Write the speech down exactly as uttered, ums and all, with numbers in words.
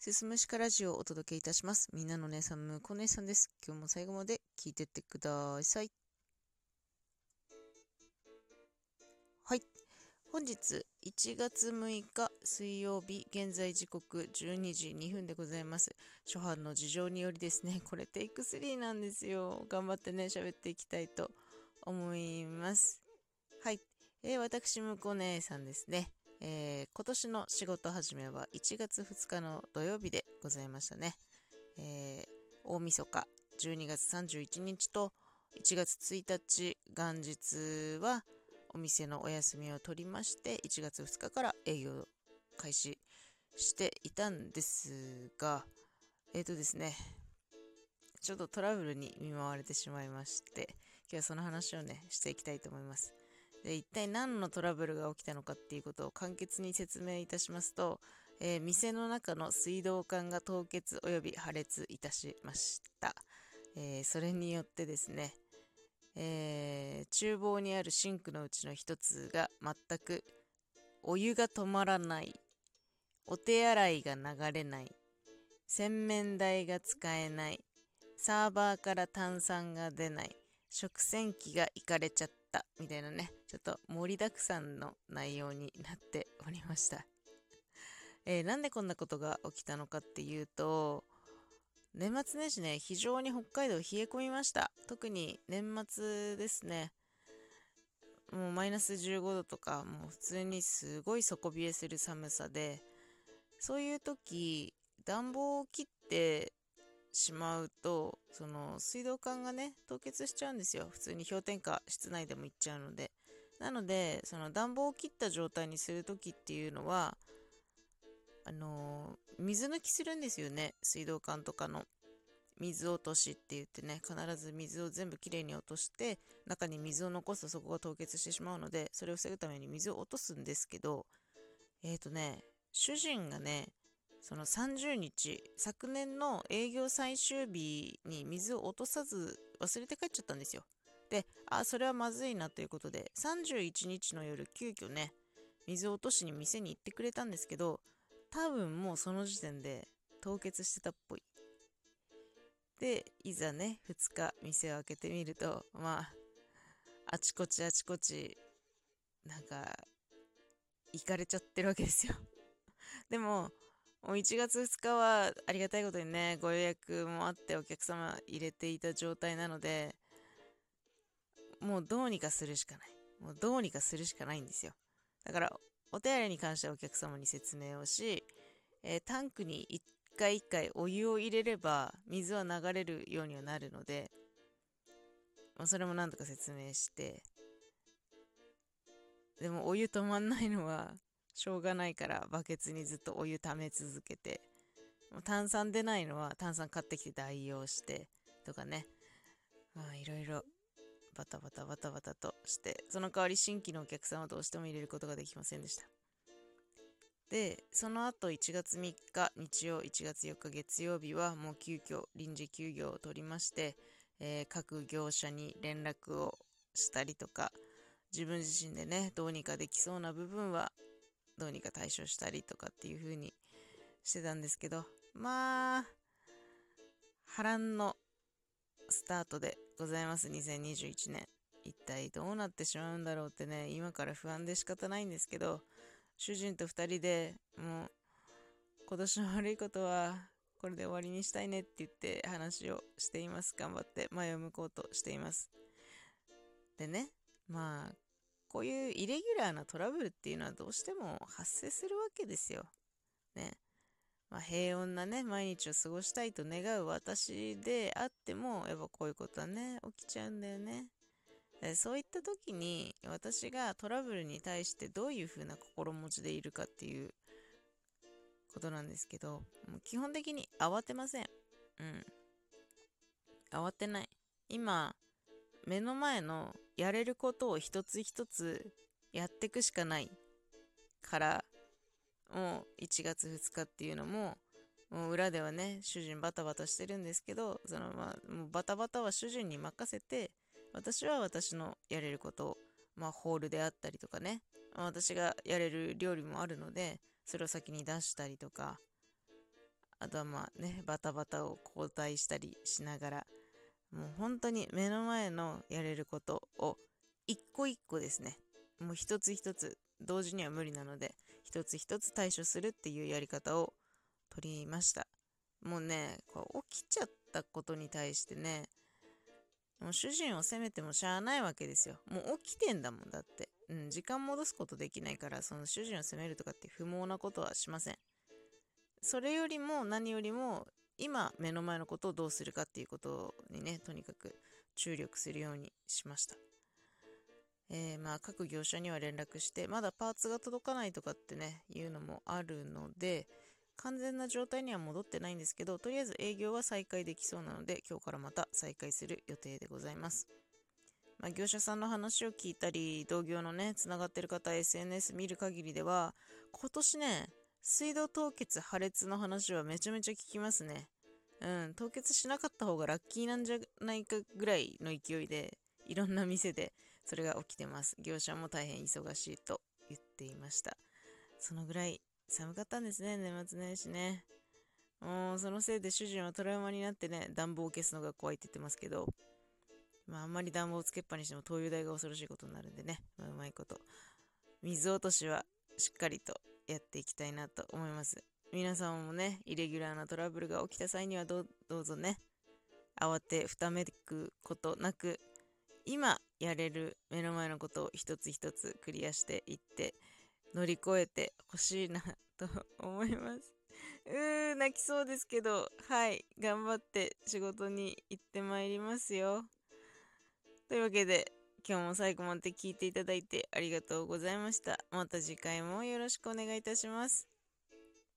すすむしかラジオをお届けいたします。みんなの姉さん、むこ姉さんです。今日も最後まで聞いてってください。はい。本日いちがつむいか水曜日、現在時刻じゅうにじにふんでございます。初版の事情によりですね、これテイクスリーなんですよ。頑張ってね、喋っていきたいと思います。はい。えー私、むこ姉さんですね。えー今年の仕事始めはいちがつふつかの土曜日でございましたね。えー大晦日じゅうにがつさんじゅういちにちといちがつついたち元日はお店のお休みを取りましていちがつふつかかから営業開始していたんですが、えーとですねちょっとトラブルに見舞われてしまいまして、今日はその話をねしていきたいと思います。で、一体何のトラブルが起きたのかっていうことを簡潔に説明いたしますと、えー店の中の水道管が凍結および破裂いたしました。えーそれによってですね、えー厨房にあるシンクのうちの一つが全くお湯が止まらない、お手洗いが流れない、洗面台が使えない、サーバーから炭酸が出ない、食洗機がいかれちゃったみたいなね、ちょっと盛りだくさんの内容になっておりました。えーなんでこんなことが起きたのかっていうと、年末年始ね、非常に北海道冷え込みました。特に年末ですね。もうマイナスじゅうごどとか、もう普通にすごい底冷えする寒さで、そういう時、暖房を切ってしまうと、その水道管がね、凍結しちゃうんですよ。普通に氷点下、室内でも行っちゃうので。なので、その暖房を切った状態にするときっていうのは、あのー水抜きするんですよね。水道管とかの。水落としって言ってね、必ず水を全部きれいに落として、中に水を残すとそこが凍結してしまうので、それを防ぐために水を落とすんですけど、えーとね、主人がね、そのさんじゅうにち、昨年の営業最終日に水を落とさず忘れて帰っちゃったんですよ。で、あ、それはまずいなということで、さんじゅういちにちの夜、急遽ね、水を落としに店に行ってくれたんですけど、多分もうその時点で凍結してたっぽい。で、いざね、ふつか店を開けてみると、まあ、あちこちあちこち、なんか、行かれちゃってるわけですよ。でも、もういちがつふつかはありがたいことにね、ご予約もあってお客様入れていた状態なので、もうどうにかするしかない。もうどうにかするしかないんですよ。だから、お手洗いに関してはお客様に説明をし、えータンクにいっかいいっかいお湯を入れれば水は流れるようにはなるので、まあ、それもなんとか説明して、でもお湯止まんないのはしょうがないからバケツにずっとお湯溜め続けて、もう炭酸出ないのは炭酸買ってきて代用してとかね、まあいろいろバタバタバタバタとして、その代わり新規のお客さんはどうしても入れることができませんでした。で、その後いちがつみっか日曜、いちがつよっか月曜日はもう急遽臨時休業を取りまして、えー各業者に連絡をしたりとか、自分自身でね、どうにかできそうな部分はどうにか対処したりとかっていう風にしてたんですけど、まあ、波乱のスタートでございます、にせんにじゅういちねん。一体どうなってしまうんだろうってね、今から不安で仕方ないんですけど、主人と二人でもう今年の悪いことはこれで終わりにしたいねって言って話をしています。頑張って前を向こうとしています。でね、まあ、こういうイレギュラーなトラブルっていうのはどうしても発生するわけですよ。ね。まあ、平穏なね、毎日を過ごしたいと願う私であっても、やっぱこういうことはね、起きちゃうんだよね。でそういった時に私がトラブルに対してどういう風な心持ちでいるかっていうことなんですけど、もう基本的に慌てません。うん。慌てない。今、目の前のやれることを一つ一つやっていくしかないから、もういちがつふつかっていうのも、もう裏ではね、主人バタバタしてるんですけど、そのまあ、もうバタバタは主人に任せて、私は私のやれることを、まあ、ホールであったりとかね、まあ私がやれる料理もあるので、それを先に出したりとか、 あとはまあね、バタバタを交代したりしながら、もう本当に目の前のやれることを一個一個ですね、もう一つ一つ、同時には無理なので、一つ一つ対処するっていうやり方を取りました。もうね、こう起きちゃったことに対してね、もう主人を責めてもしゃあないわけですよ。もう起きてんだもんだって。うん、時間戻すことできないから、その主人を責めるとかって不毛なことはしません。それよりも何よりも、今目の前のことをどうするかっていうことにね、とにかく注力するようにしました。えー、まあ各業者には連絡して、まだパーツが届かないとかってね、いうのもあるので、完全な状態には戻ってないんですけど、とりあえず営業は再開できそうなので、今日からまた再開する予定でございます。まあ、業者さんの話を聞いたり、同業のね、つながってる方、エスエヌエス 見る限りでは、今年ね、水道凍結破裂の話はめちゃめちゃ聞きますね。うん、凍結しなかった方がラッキーなんじゃないかぐらいの勢いで、いろんな店でそれが起きてます。業者も大変忙しいと言っていました。そのぐらい寒かったんですね、年末年始ね。もうそのせいで主人はトラウマになってね、暖房を消すのが怖いって言ってますけど、まああんまり暖房をつけっぱにしても灯油代が恐ろしいことになるんでね、まあ、うまいこと。水落としはしっかりとやっていきたいなと思います。皆さんもね、イレギュラーなトラブルが起きた際にはどうどうぞね、慌てふためくことなく、今やれる目の前のことを一つ一つクリアしていって乗り越えてほしいなと思います。うー泣きそうですけど、はい頑張って仕事に行ってまいりますよ。というわけで今日も最後まで聞いていただいてありがとうございました。また次回もよろしくお願いいたします。